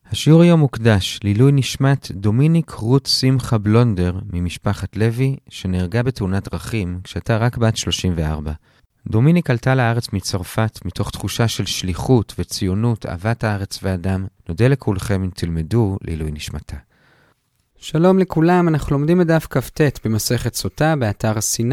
השיעור היום מוקדש לעילוי נשמת דומיניק רות שמחה בלונדר ממשפחת לוי, שנהרגה בתאונת דרכים כשהייתה רק בת 34. דומיניק עלתה לארץ מצרפת מתוך תחושה של שליחות וציונות, אהבת הארץ ואדם. נודה לכולכם אם תלמדו לעילוי נשמתה. שלום לכולם, אנחנו לומדים את דף כ"ט במסכת סוטה באתר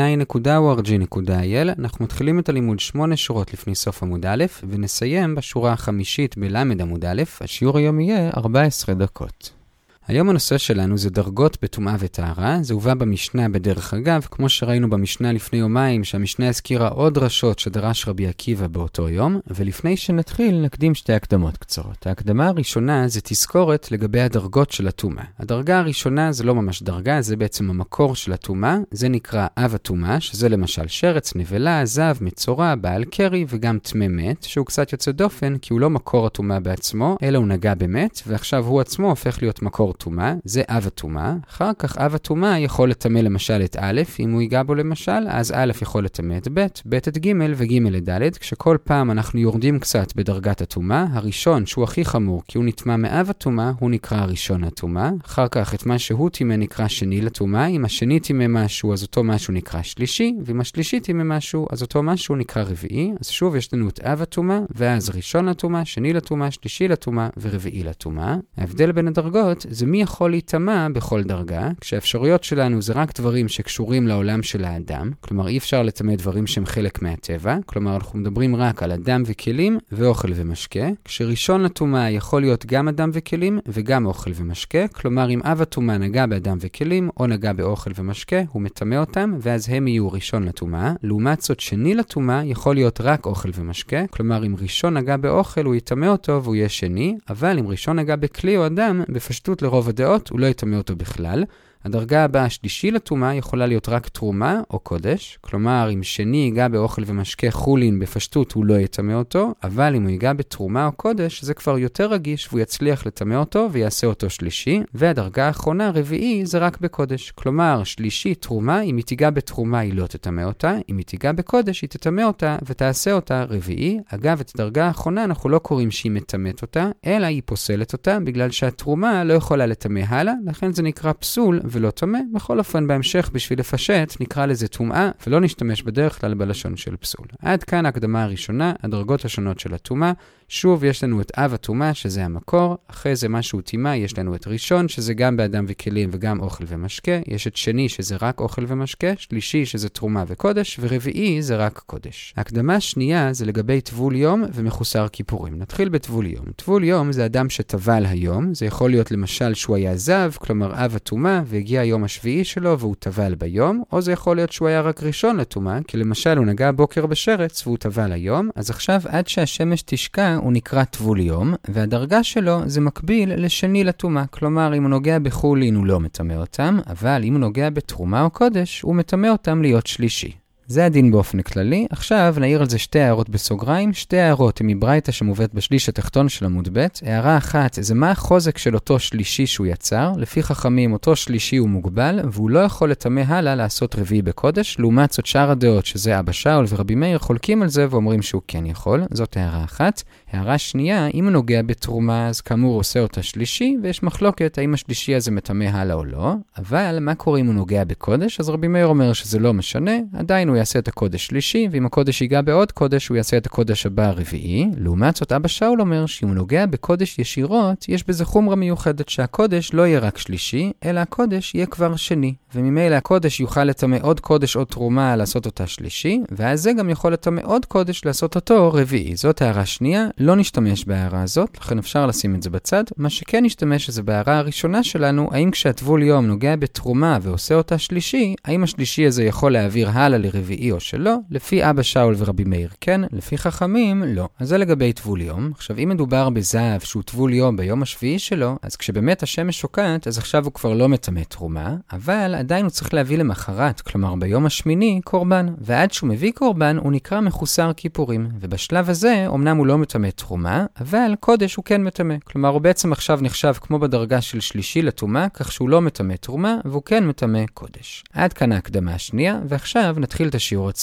sinai.org.il. אנחנו מתחילים את הלימוד 8 שורות לפני סוף עמוד א' ונסיים בשורה החמישית בלמד עמוד א'. השיעור היום יהיה 14 דקות. היום הנושא שלנו זה דרגות בטומאה וטהרה. זה הובא במשנה בדרך אגב, כמו שראינו במשנה לפני יומיים, שהמשנה הזכירה עוד דרשות שדרש רבי עקיבא באותו יום. ולפני שנתחיל נקדים שתי הקדמות קצרות. ההקדמה הראשונה זה תזכורת לגבי הדרגות של הטומאה. הדרגה הראשונה זה לא ממש דרגה, זה בעצם המקור של הטומאה. זה נקרא אב הטומאה, שזה למשל שרץ, נבלה, זב, מצורע, בעל קרי וגם טמא מת, שהוא קצת יוצא דופן כי הוא לא מקור הטומאה בעצמו, אלא הוא נגע במת, ועכשיו הוא עצמו הופך להיות מקור טומאה. זה אב הטומאה. אחר כך אב הטומאה יכול לטמא למשל את א', אם הוא ייגע בו למשל, אז א' יכול לטמא את ב', ב' את ג' וג' את ד'. כשכל פעם אנחנו יורדים קצת בדרגת הטומאה, הראשון שהוא הכי חמור כי הוא נטמא מאב הטומאה, הוא נקרא ראשון הטומאה. אחר כך את מה שהוא טימא נקרא שני לטומאה. אם השני טימא משהו אז אותו משהו נקרא שלישי, ואם השלישי טימא משהו אז אותו משהו נקרא רביעי. אז שוב יש לנו את אב הטומאה, ואז ראשון לטומאה, שני לטומאה, שלישי לטומאה ורביעי לטומאה. ההבדל בין הדרגות זה מי יכול להיטמא בכל דרגה, כשהאפשרויות שלנו זה רק דברים שקשורים לעולם של האדם, כלומר אי אפשר לטמא דברים שהם חלק מהטבע, כלומר אנחנו מדברים רק על אדם וכלים ואוכל ומשקה, כשראשון לטומאה יכול להיות גם אדם וכלים וגם אוכל ומשקה, כלומר אם אב הטומאה נגע באדם וכלים או נגע באוכל ומשקה, הוא מטמא אותם ואז הם יהיו ראשון לטומאה. לעומת זאת שני לטומאה יכול להיות רק אוכל ומשקה, כלומר אם ראשון נגע באוכל הוא יטמא אותו והוא יהיה שני, אבל אם ראשון נגע בכלי או אדם, בפשטות לרוב הדעות הוא לא יטמא אותו בכלל. הדרגה הבאה השלישי לטומאה יכולה להיות רק תרומה או קודש, כלומר אם שני ייגע באוכל ומשקה חולין בפשטות הוא לא יטמא אותו, אבל אם הוא ייגע בתרומה או קודש זה כבר יותר רגיש והוא יצליח לטמא אותו ויעשה אותו שלישי. והדרגה האחרונה רביעי זה רק בקודש, כלומר שלישי תרומה, אם היא תיגע בתרומה היא לא תטמא אותה, אם היא תיגע בקודש היא תטמא אותה ותעשה אותה רביעי. אגב את הדרגה האחרונה אנחנו לא קוראים שהיא מטמאת אותה, אלא היא פוסלת אותה בגלל שהתרומה לא יכולה לטמא הלאה, לכן זה נקרא פסול ולא טמא. בכל אופן בהמשך בשביל לפשט נקרא לזה טומאה ולא נשתמש בדרך כלל בלשון של פסול. עד כאן ההקדמה הראשונה, הדרגות השונות של הטומאה. שוב יש לנו את אב הטומאה שזה המקור, אחרי זה משהו טימא, יש לנו את ראשון שזה גם באדם וכלים וגם אוכל ומשקה, יש את שני שזה רק אוכל ומשקה, שלישי שזה תרומה וקודש, ורביעי זה רק קודש. ההקדמה השנייה זה לגבי טבול יום ומחוסר כיפורים. נתחיל בטבול יום. טבול יום זה אדם שטבל היום, זה יכול להיות למשל שהוא היה זב, כלומר אב הטומאה, והגיע היום השביעי שלו והוא טבל ביום, או זה יכול להיות שהוא היה רק ראשון לטומאה, כי למשל הוא נגע בוקר בשרץ והוא טבל היום, אז עכשיו עד שהשמש תשקע הוא נקרא טבול יום, והדרגה שלו זה מקביל לשני לטומאה, כלומר אם הוא נוגע בחולין הוא לא מטמא אותם, אבל אם הוא נוגע בתרומה או קודש הוא מטמא אותם להיות שלישי. זה הדין באופן כללי. עכשיו נעיר על זה שתי הערות בסוגריים. שתי הערות הן מברייתא שמובאת בשליש התחתון של עמוד ב'. הערה אחת זה מה החוזק של אותו שלישי שהוא יצר. לפי חכמים אותו שלישי הוא מוגבל והוא לא יכול לטמא הלאה לעשות רביעי בקודש. לעומת זאת שאר הדעות שזה אבא שאול ורבי מאיר חולקים על זה ואומרים שהוא כן יכול. זאת הערה אחת. הערה שנייה, אם הוא נוגע בתרומה אז כאמור עושה אותה שלישי, ויש מחלוקת האם השלישי הזה מטמא הלאה או לא. אבל מה קורה אם הוא נוגע בקודש? אז רבי מאיר אומר שזה לא משנה, עדיין הוא יעשה את הקודש שלישי, ואם הקודש ייגע בעוד קודש הוא יעשה את הקודש הבא הרביעי. לעומת זאת אבא שאול אומר שאם הוא נוגע בקודש ישירות, יש בזה חומרה מיוחדת שהקודש לא יהיה רק שלישי, אלא הקודש יהיה כבר שני, וממילא הקודש יוכל לטמא עוד קודש או תרומה לעשות אותה שלישי, ואז זה גם יכול לטמא עוד קודש לעשות אותו רביעי. זאת הערה שנייה, לא נשתמש בהערה הזאת, לכן אפשר לשים את זה בצד. מה שכן נשתמש זה בהערה הראשונה שלנו, האם כשהטבול יום נוגע בתרומה ועושה אותה שלישי, האם השלישי הזה יכול להעביר הלאה לרביעי או שלא? לפי אבא שאול ורבי מאיר כן, לפי חכמים לא. אז זה לגבי טבול יום. עכשיו אם מדובר בזהב שהוא טבול יום ביום השביעי שלו, אז כשבאמת השמש שוקעת, אז עכשיו הוא כבר לא מטמא תרומה, אבל עדיין הוא צריך להביא למחרת, כלומר ביום השמיני, קורבן. ועד שהוא מביא קורבן הוא נקרא מחוסר כיפורים, ובשלב הזה אמנם הוא לא מטמא תרומה, אבל קודש הוא כן מטמא. כלומר הוא בעצם עכשיו נחשב כמו בדרגה של שלישי לטומאה, כך שהוא לא מטמא תרומה והוא כן מטמא קודש. עד כאן ההקדמה השנייה, ועכשיו נתחיל את השיעור עצמו.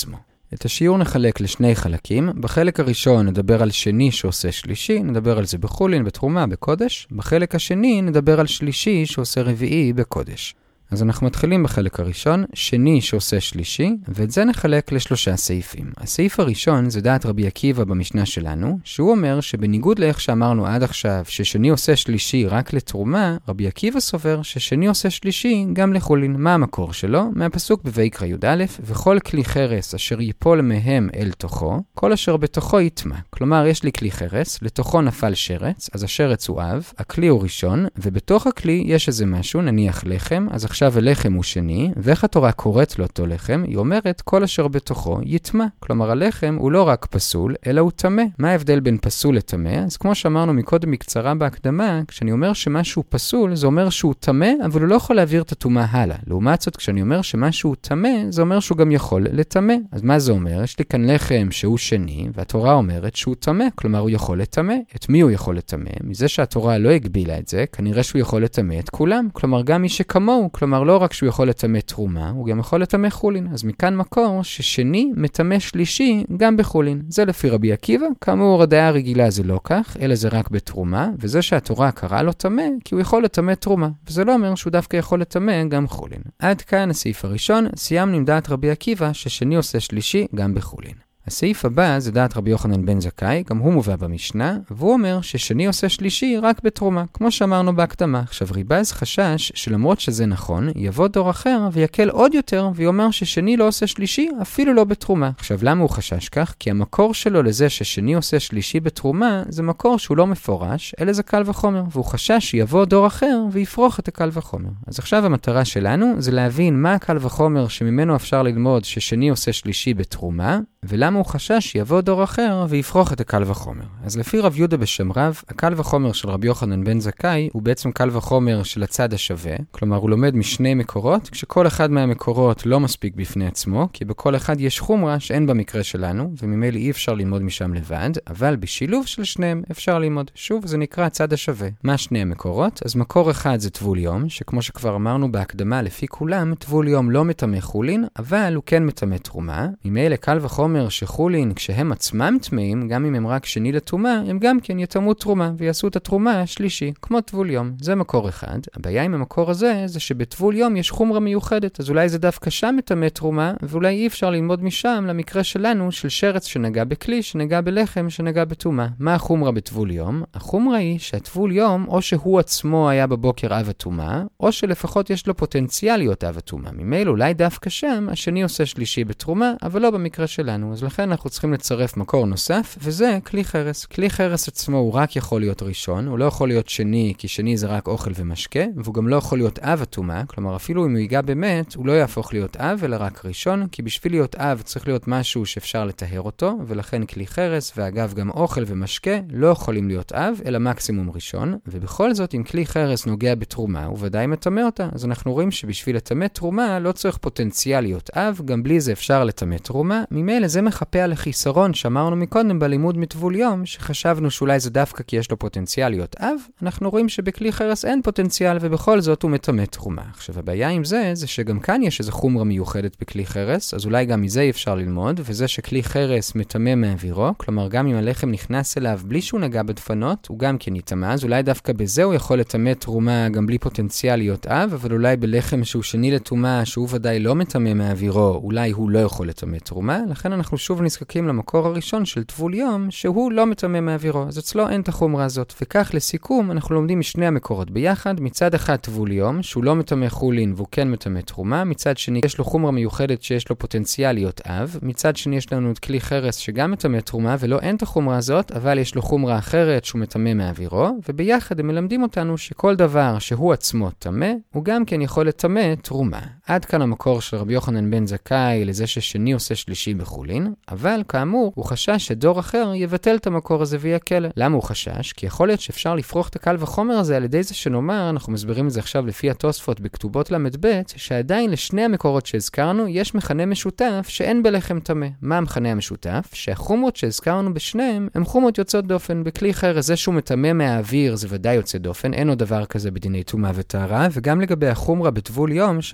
את השיעור נחלק לשני חלקים. בחלק הראשון נדבר על שני שעושה שלישי, נדבר על זה בחולין, בתרומה, בקודש. בחלק השני נדבר על שלישי שעושה רביעי בקודש. אז אנחנו מתחילים בחלק הראשון, שני שעושה שלישי, ואת זה נחלק לשלושה סעיפים. הסעיף הראשון זה דעת רבי עקיבא במשנה שלנו, שהוא אומר שבניגוד לאיך שאמרנו עד עכשיו, ששני עושה שלישי רק לתרומה, רבי עקיבא סובר ששני עושה שלישי גם לחולין. מה המקור שלו? מהפסוק בויקרא י"א, וכל כלי חרס אשר ייפול מהם אל תוכו, כל אשר בתוכו יטמע. כלומר, יש לי כלי חרס, לתוכו נפל שרץ, אז השרץ הוא אב, הכלי הוא ראשון, ובתוך הכלי יש איזה משהו, נניח לחם, אז עכשיו הלחם הוא שני, ואיך התורה קוראת לו אותו לחם? היא אומרת, כל אשר בתוכו יטמע. כלומר, הלחם הוא לא רק פסול, אלא הוא טמא. מה ההבדל בין פסול לטמא? אז כמו שאמרנו מקודם בקצרה בהקדמה, כשאני אומר שמשהו פסול, זה אומר שהוא טמא, אבל הוא לא יכול להעביר את הטומאה הלאה. לעומת זאת, כשאני אומר שמשהו טמא, זה אומר שהוא גם יכול לטמא. אז מה זה אומר? יש לי כאן לחם שהוא שני, והתורה אומרת שהוא טמא, כלומר הוא יכול לטמא. את מי הוא יכול לטמא? מזה שהתורה לא הגבילה את זה, כנראה שהוא יכול לטמא את כולם. כלומר, גם מי שכמוהו, כלומר לא רק שהוא יכול לטמא תרומה, הוא גם יכול לטמא חולין. אז מכאן מקור ששני מטמא שלישי גם בחולין. זה לפי רבי עקיבא, כאמור הדעה הרגילה זה לא כך, אלא זה רק בתרומה, וזה שהתורה קראה לו טמא, כי הוא יכול לטמא תרומה, וזה לא אומר שהוא דווקא יכול לטמא גם חולין. עד כאן הסעיף הראשון, סיימנו עם דעת רבי עקיבא ששני עושה שלישי גם בחולין. הסעיף הבא זה דעת רבי יוחנן בן זכאי, גם הוא מובא במשנה, והוא אומר ששני עושה שלישי רק בתרומה, כמו שאמרנו בהקדמה. עכשיו ריבז חשש שלמרות שזה נכון, יבוא דור אחר ויקל עוד יותר, ויאמר ששני לא עושה שלישי אפילו לא בתרומה. עכשיו למה הוא חשש כך? כי המקור שלו לזה ששני עושה שלישי בתרומה, זה מקור שהוא לא מפורש, אלא זה קל וחומר, והוא חשש שיבוא דור אחר ויפרוך את הקל וחומר. אז עכשיו המטרה שלנו זה להבין מה הקל וחומר שממנו אפשר ללמוד ששני עושה שלישי בתרומה, ולמה הוא חשש שיבוא דור אחר ויפרוך את הקל וחומר. אז לפי רב יהודה בשם רב, הקל וחומר של רבי יוחנן בן זכאי הוא בעצם קל וחומר של הצד השווה, כלומר הוא לומד משני מקורות, כשכל אחד מהמקורות לא מספיק בפני עצמו, כי בכל אחד יש חומרה שאין במקרה שלנו, וממילא אי אפשר ללמוד משם לבד, אבל בשילוב של שניהם אפשר ללמוד. שוב, זה נקרא הצד השווה. מה שני המקורות? אז מקור אחד זה טבול יום, שכמו שכבר אמרנו בהקדמה לפי כולם, טבול יום לא מטמא חולין, אבל הוא כן מטמא תרומה. ממילא קל וחומר שחולין, כשהם עצמם טמאים, גם אם הם רק שני לטומאה, הם גם כן יטמאו תרומה ויעשו את התרומה השלישי, כמו טבול יום. זה מקור אחד. הבעיה עם המקור הזה זה שבטבול יום יש חומרה מיוחדת, אז אולי זה דווקא שם מטמא תרומה, ואולי אי אפשר ללמוד משם למקרה שלנו של שרץ שנגע בכלי, שנגע בלחם, שנגע בטומאה. מה החומרה בטבול יום? החומרה היא שהטבול יום או שהוא עצמו היה בבוקר אב הטומאה, או שלפחות יש לו פוטנציאל להיות אב הטומאה. ממילא אולי דווקא שם השני עושה שלישי בתרומה, אבל לא במקרה שלנו. אז לכן אנחנו צריכים לצרף מקור נוסף, וזה כלי חרס. כלי חרס עצמו הוא רק יכול להיות ראשון, הוא לא יכול להיות שני, כי שני זה רק אוכל ומשקה, והוא גם לא יכול להיות אב הטומאה, כלומר אפילו אם הוא ייגע באמת, הוא לא יהפוך להיות אב, אלא רק ראשון, כי בשביל להיות אב צריך להיות משהו שאפשר לטהר אותו, ולכן כלי חרס, ואגב גם אוכל ומשקה, לא יכולים להיות אב, אלא מקסימום ראשון, ובכל זאת אם כלי חרס נוגע בתרומה, הוא ודאי מטמא אותה. אז אנחנו רואים שבשביל לטמא תרומה לא צריך פוטנציאל להיות אב, גם בלי זה אפשר לטמא תרומה. ממילא זה מחפה על החיסרון שאמרנו מקודם בלימוד מטבול יום, שחשבנו שאולי זה דווקא כי יש לו פוטנציאל להיות אב, אנחנו רואים שבכלי חרס אין פוטנציאל ובכל זאת הוא מטמא תרומה. עכשיו הבעיה עם זה שגם כאן יש איזו חומרה מיוחדת בכלי חרס, אז אולי גם מזה אפשר ללמוד, וזה שכלי חרס מטמא מאווירו, כלומר גם אם הלחם נכנס אליו בלי שהוא נגע בדפנות, הוא גם כן יטמא, אז אולי דווקא בזה הוא יכול לטמא תרומה גם בלי פוטנציאל להיות אב, אבל אולי בלחם שהוא שני לטומאה, שהוא ודאי לא מטמא מאווירו, אולי הוא לא יכול לטמא תרומה, לכן אנחנו שוב נזקקים למקור הראשון של טבול יום, שהוא לא מטמא מאווירו, אז אצלו אין את החומרה הזאת. וכך לסיכום, אנחנו לומדים משני המקורות ביחד, מצד אחד טבול יום, שהוא לא מטמא חולין והוא כן מטמא תרומה, מצד שני יש לו חומרה מיוחדת שיש לו פוטנציאל להיות אב, מצד שני יש לנו את כלי חרס שגם מטמא תרומה ולא אין את החומרה הזאת, אבל יש לו חומרה אחרת שהוא מטמא מאווירו, וביחד הם מלמדים אותנו שכל דבר שהוא עצמו טמא, הוא גם כן יכול לטמא תרומה. עד כאן המקור של רבי יוחנן בן זכאי לזה ששני עושה שלישי בחולין, אבל כאמור הוא חשש שדור אחר יבטל את המקור הזה ויקל. למה הוא חשש? כי יכול להיות שאפשר לפרוח את הקל וחומר הזה על ידי זה שנאמר, אנחנו מסבירים את זה עכשיו לפי התוספות בכתובות למד שעדיין לשני המקורות שהזכרנו יש מכנה משותף שאין בלחם טמא. מה המכנה המשותף? שהחומרות שהזכרנו בשניהם הם חומרות יוצאות דופן. בכלי חרס זה שהוא מטמא מהאוויר זה ודאי יוצא דופן, אין עוד דבר כזה בדיני טומאה וטהרה, וגם לגבי החומרה בטבול יום שאמרנו שיש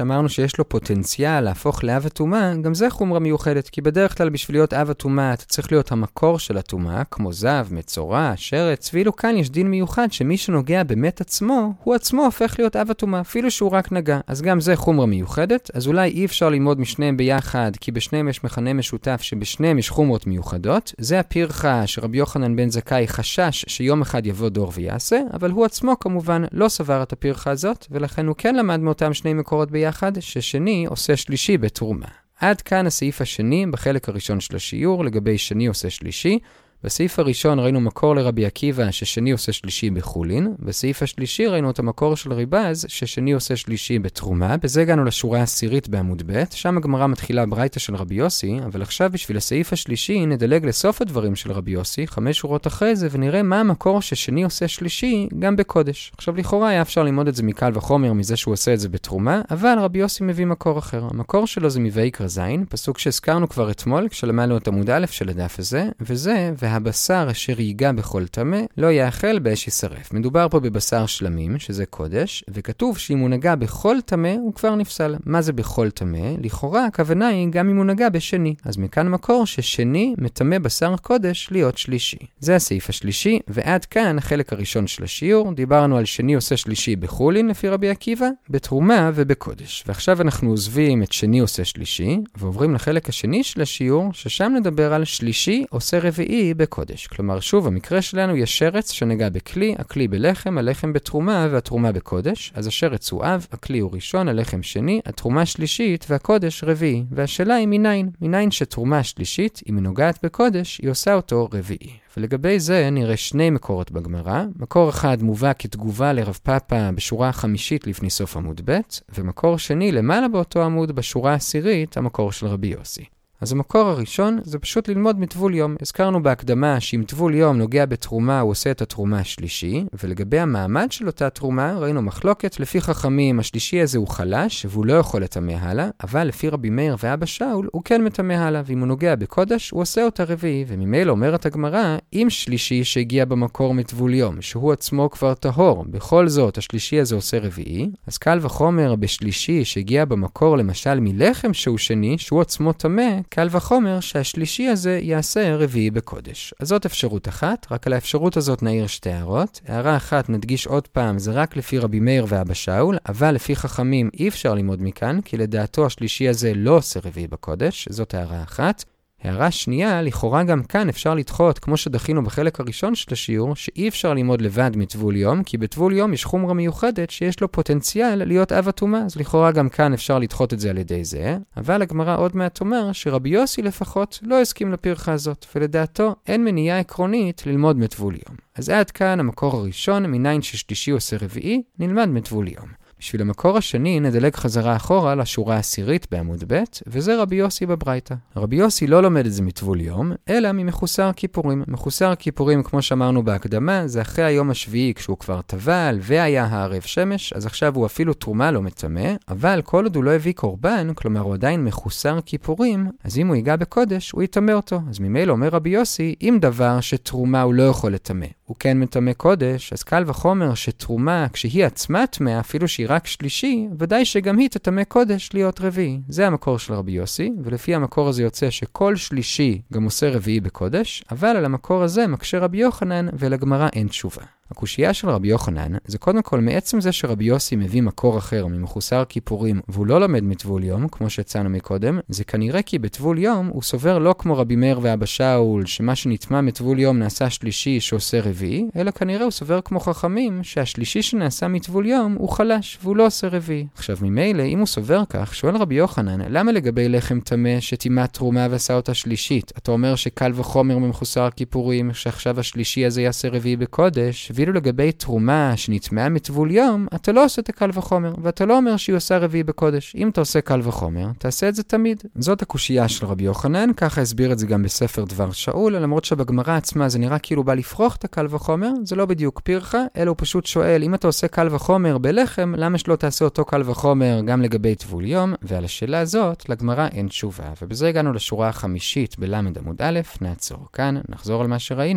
שיש לו פוטנציאל להפוך לאב הטומאה, גם זה חומרה מיוחדת, כי בדרך כלל בשביל להיות אב הטומאה אתה צריך להיות המקור של הטומאה, כמו זב, מצורע, שרץ, ואילו כאן יש דין מיוחד שמי שנוגע באמת עצמו, הוא עצמו הופך להיות אב הטומאה, אפילו שהוא רק נגע. אז גם זה חומרה מיוחדת, אז אולי אי אפשר ללמוד משניהם ביחד, כי בשניהם יש מכנה משותף שבשניהם יש חומרות מיוחדות. זה הפירחה שרבי יוחנן בן זכאי חשש שיום אחד יבוא דור ויעשה, אבל הוא עצמו כמובן לא סבר את הפירחה הזאת, ולכן הוא כן למד מאותם שני מקורות ביחד, ששני עושה שלישי בתרומה. עד כאן הסעיף השני בחלק הראשון של השיעור לגבי שני עושה שלישי. בסעיף הראשון ראינו מקור לרבי עקיבא ששני עושה שלישי בחולין. בסעיף השלישי ראינו את המקור של ריבז ששני עושה שלישי בתרומה. בזה הגענו לשורה העשירית בעמוד ב', שם הגמרא מתחילה ברייתא של רבי יוסי, אבל עכשיו בשביל הסעיף השלישי נדלג לסוף הדברים של רבי יוסי, 5 שורות אחרי זה, ונראה מה המקור ששני עושה שלישי גם בקודש. עכשיו לכאורה היה אפשר ללמוד את זה מקל וחומר מזה שהוא עושה את זה בתרומה, אבל רבי יוסי מביא מקור אחר. המקור שלו זה מויקרא ז', פסוק שהזכרנו כבר אתמול כשלמדנו את עמוד א' של הדף הזה, וזה והבשר אשר ייגע בכל טמא לא יאכל באש יישרף. מדובר פה בבשר שלמים, שזה קודש, וכתוב שאם הוא נגע בכל טמא הוא כבר נפסל. מה זה בכל טמא? לכאורה הכוונה היא גם אם הוא נגע בשני. אז מכאן מקור ששני מטמא בשר קודש להיות שלישי. זה הסעיף השלישי, ועד כאן החלק הראשון של השיעור. דיברנו על שני עושה שלישי בחולין לפי רבי עקיבא, בתרומה ובקודש. ועכשיו אנחנו עוזבים את שני עושה שלישי, ועוברים לחלק השני של השיעור, ששם נדבר על שלישי עושה רביעי בקודש. כלומר, שוב, המקרה שלנו יש שרץ שנגע בכלי, הכלי בלחם, הלחם בתרומה והתרומה בקודש. אז השרץ הוא אב, הכלי הוא ראשון, הלחם שני, התרומה שלישית והקודש רביעי. והשאלה היא מניין? מניין שתרומה שלישית, אם היא נוגעת בקודש, היא עושה אותו רביעי. ולגבי זה נראה שני מקורות בגמרא. מקור אחד מובא כתגובה לרב פאפא בשורה החמישית לפני סוף עמוד ב', ומקור שני למעלה באותו עמוד בשורה העשירית, המקור של רבי יוסי. אז המקור הראשון זה פשוט ללמוד מטבול יום. הזכרנו בהקדמה שאם טבול יום נוגע בתרומה הוא עושה את התרומה השלישי, ולגבי המעמד של אותה תרומה ראינו מחלוקת. לפי חכמים השלישי הזה הוא חלש והוא לא יכול לטמא הלאה, אבל לפי רבי מאיר ואבא שאול הוא כן מטמא הלאה, ואם הוא נוגע בקודש הוא עושה אותה רביעי. וממילא אומרת הגמרא, אם שלישי שהגיע במקור מטבול יום שהוא עצמו כבר טהור, בכל זאת השלישי הזה עושה רביעי, אז קל וחומר בשלישי שהגיע במקור למשל מלחם שהוא שני שהוא עצמו טמא, קל וחומר שהשלישי הזה יעשה רביעי בקודש. אז זאת אפשרות אחת, רק על האפשרות הזאת נעיר שתי הערות. הערה אחת נדגיש עוד פעם, זה רק לפי רבי מאיר ואבא שאול, אבל לפי חכמים אי אפשר ללמוד מכאן, כי לדעתו השלישי הזה לא עושה רביעי בקודש. זאת הערה אחת. הערה שנייה, לכאורה גם כאן אפשר לדחות, כמו שדחינו בחלק הראשון של השיעור, שאי אפשר ללמוד לבד מטבול יום, כי בטבול יום יש חומרה מיוחדת שיש לו פוטנציאל להיות אב הטומאה, אז לכאורה גם כאן אפשר לדחות את זה על ידי זה, אבל הגמרא עוד מעט אומר שרבי יוסי לפחות לא הסכים לפרחה הזאת, ולדעתו אין מניעה עקרונית ללמוד מטבול יום. אז עד כאן המקור הראשון, מניין ששלישי עושה רביעי, נלמד מטבול יום. בשביל המקור השני נדלג חזרה אחורה לשורה העשירית בעמוד ב', וזה רבי יוסי בברייתא. רבי יוסי לא לומד את זה מטבול יום, אלא ממחוסר כיפורים. מחוסר כיפורים, כמו שאמרנו בהקדמה, זה אחרי היום השביעי כשהוא כבר טבל והיה הערב שמש, אז עכשיו הוא אפילו תרומה לא מטמא, אבל כל עוד הוא לא הביא קורבן, כלומר הוא עדיין מחוסר כיפורים, אז אם הוא ייגע בקודש, הוא יטמא אותו. אז ממילא אומר רבי יוסי, אם דבר שתרומה הוא לא יכול לטמא, הוא כן מטמא קודש, אז קל וחומר שתרומה, כשהיא עצמה טמאה, אפילו שהיא רק שלישי, ודאי שגם היא תטמא קודש להיות רביעי. זה המקור של רבי יוסי, ולפי המקור הזה יוצא שכל שלישי גם עושה רביעי בקודש, אבל על המקור הזה מקשה רבי יוחנן, ולגמרא אין תשובה. הקושייה של רבי יוחנן זה קודם כל מעצם זה שרבי יוסי מביא מקור אחר ממחוסר כיפורים והוא לא למד מטבול יום כמו שהצענו מקודם, זה כנראה כי בטבול יום הוא סובר לא כמו רבי מאיר ואבא שאול שמה שנטמא מטבול יום נעשה שלישי שעושה רביעי, אלא כנראה הוא סובר כמו חכמים שהשלישי שנעשה מטבול יום הוא חלש והוא לא עושה רביעי. עכשיו ממילא אם הוא סובר כך, שואל רבי יוחנן, למה לגבי לחם טמא שטימא תרומה ועשה אותה שלישית אתה אומר שקל וחומר ממחוסר כיפורים שעכשיו השלישי הזה יעשה רביעי בקודש, ואילו לגבי תרומה שנטמעה מטבול יום, אתה לא עושה את הקל וחומר, ואתה לא אומר שהיא עושה רביעי בקודש. אם אתה עושה קל וחומר, תעשה את זה תמיד. זאת הקושייה של רבי יוחנן, ככה הסביר את זה גם בספר דבר שאול, למרות שבגמרא עצמה זה נראה כאילו בא לפרוח את הקל וחומר, זה לא בדיוק פרחה, אלא הוא פשוט שואל, אם אתה עושה קל וחומר בלחם, למה שלא תעשה אותו קל וחומר גם לגבי טבול יום? ועל השאלה הזאת, לגמרא אין תשובה. ובזה הגענו לשורה החמישית בלמד עמוד א', נעצור כאן, נחזור על מה שראינו.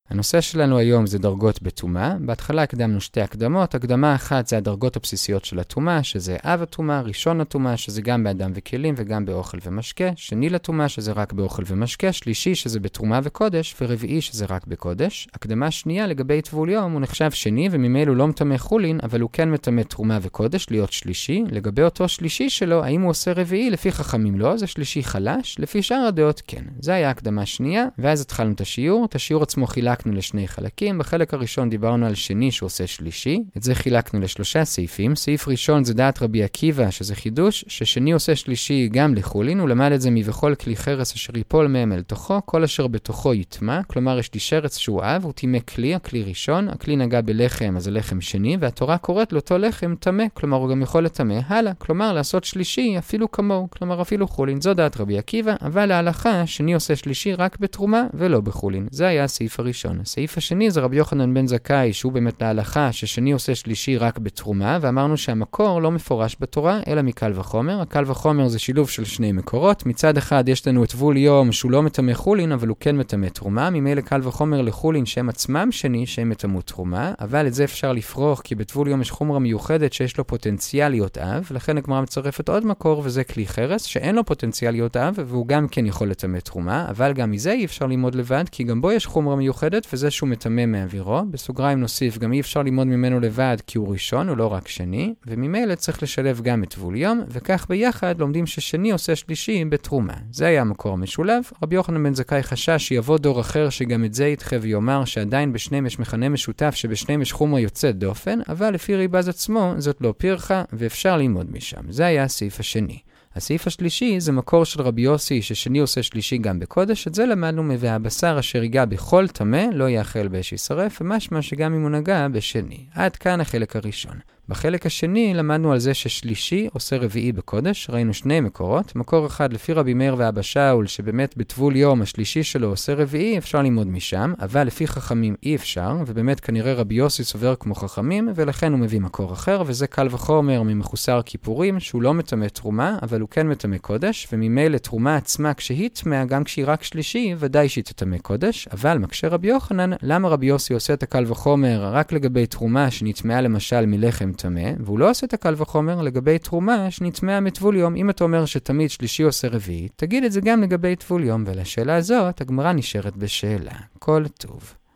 הנושא שלנו היום זה דרגות בטומאה. בהתחלה הקדמנו שתי הקדמות. הקדמה אחת זה הדרגות הבסיסיות של הטומאה, שזה אב הטומאה, ראשון הטומאה, שזה גם באדם וכלים וגם באוכל ומשקה, שני לטומאה, שזה רק באוכל ומשקה, שלישי, שזה בתרומה וקודש, ורביעי, שזה רק בקודש. הקדמה שנייה לגבי טבול יום, הוא נחשב שני, וממילא הוא לא מטמא חולין, אבל הוא כן מטמא תרומה וקודש, להיות שלישי. לגבי אותו שלישי שלו, האם הוא עושה רביעי? לפי חכמים לא, זה שלישי חלש, לפי שאר הדעות כן. זה היה הקדמה שנייה, ואז התחלנו את השיעור. את השיעור עצמו חילקנו לשני חלקים. בחלק הראשון דיברנו על שני שעושה שלישי. את זה חילקנו לשלושה סעיפים. סעיף ראשון זה דעת רבי עקיבא, שזה חידוש, ששני עושה שלישי גם לחולין. הוא למד את זה מבכל כלי חרס אשר ייפול מהם אל תוכו, כל אשר בתוכו יטמא. כלומר, יש לי שרץ שהוא אב, הוא טימא כלי, הכלי ראשון, הכלי נגע בלחם, אז זה לחם שני, והתורה קוראת לאותו לחם טמא, כלומר הוא גם יכול לטמא הלאה, כלומר לעשות שלישי אפילו כמוהו, כלומר אפילו חולין. זו דעת רבי עקיבא, אבל להלכה שני עושה שלישי רק בתרומה ולא בחולין. זה היה הסעיף הראשון. הסעיף השני זה רבי יוחנן בן זכאי, שהוא באמת להלכה ששני עושה שלישי רק בתרומה, ואמרנו שהמקור לא מפורש בתורה, אלא מקל וחומר. הקל וחומר זה שילוב של שני מקורות. מצד אחד יש לנו את טבול יום שהוא לא מטמא חולין, אבל הוא כן מטמא תרומה. ממילא קל וחומר לחולין שהם עצמם שני, שהם מטמאו תרומה, אבל את זה אפשר לפרוח, כי בטבול יום יש חומרה מיוחדת שיש לו פוטנציאל להיות אב, לכן הגמרא מצרפת עוד מקור, וזה כלי חרס, שאין לו פוטנציאל להיות אב, והוא גם כן יכול לטמא תרומה, אבל גם מזה אי אפשר ללמוד לבד, כי גם בו יש חומרה מיוחדת, וזה שהוא מטמא מאווירו. בסוגריים נוסיף, גם אי אפשר ללמוד ממנו לבד, כי הוא ראשון, הוא לא רק שני, וממילא צריך לשלב גם את טבול יום, וכך ביחד לומדים ששני עושה שלישי בתרומה. זה היה המקור המשולב. רבי יוחנן בן זכאי חשש שיבוא דור אחר שגם את זה ידחה ויאמר שעדיין בשניהם יש מכנה משותף, שבשניהם יש חומרה יוצאת דופן, אבל לפי ריב"ז עצמו זאת לא פירחה, ואפשר ללמוד משם. זה היה הסעיף השני. הסעיף השלישי זה מקור של רבי יוסי, ששני עושה שלישי גם בקודש. את זה למדנו מהבשר אשר ייגע בכל טמא לא יאכל באש יישרף, ומשמע שגם אם הוא נגע בשני. עד כאן החלק הראשון. בחלק השני למדנו על זה ששלישי עושה רביעי בקודש. ראינו שני מקורות. מקור אחד לפי רבי מאיר ואבא שאול, שבאמת בטבול יום השלישי שלו עושה רביעי, אפשר ללמוד משם, אבל לפי חכמים אי אפשר, ובאמת כנראה רבי יוסי סובר כמו חכמים, ולכן הוא מביא מקור אחר, וזה קל וחומר ממחוסר כיפורים, שהוא לא מטמא תרומה, אבל הוא כן מטמא קודש, וממילא תרומה עצמה כשהיא טמאה, גם כשהיא רק שלישי, ודאי שהיא תטמא קודש. אבל מקשה רבי יוחנן, למה רבי יוסי עושה את הקל וחומר רק לגבי תרומה שנטמאה למשל מלחם טמא, והוא לא עושה את הקל וחומר לגבי תרומה שנטמאה מטבול יום? אם אתה אומר שתמיד שלישי עושה רביעי, תגיד את זה גם לגבי טבול יום, ולשאלה הזאת הגמרא נשארת בשאלה. כל טוב.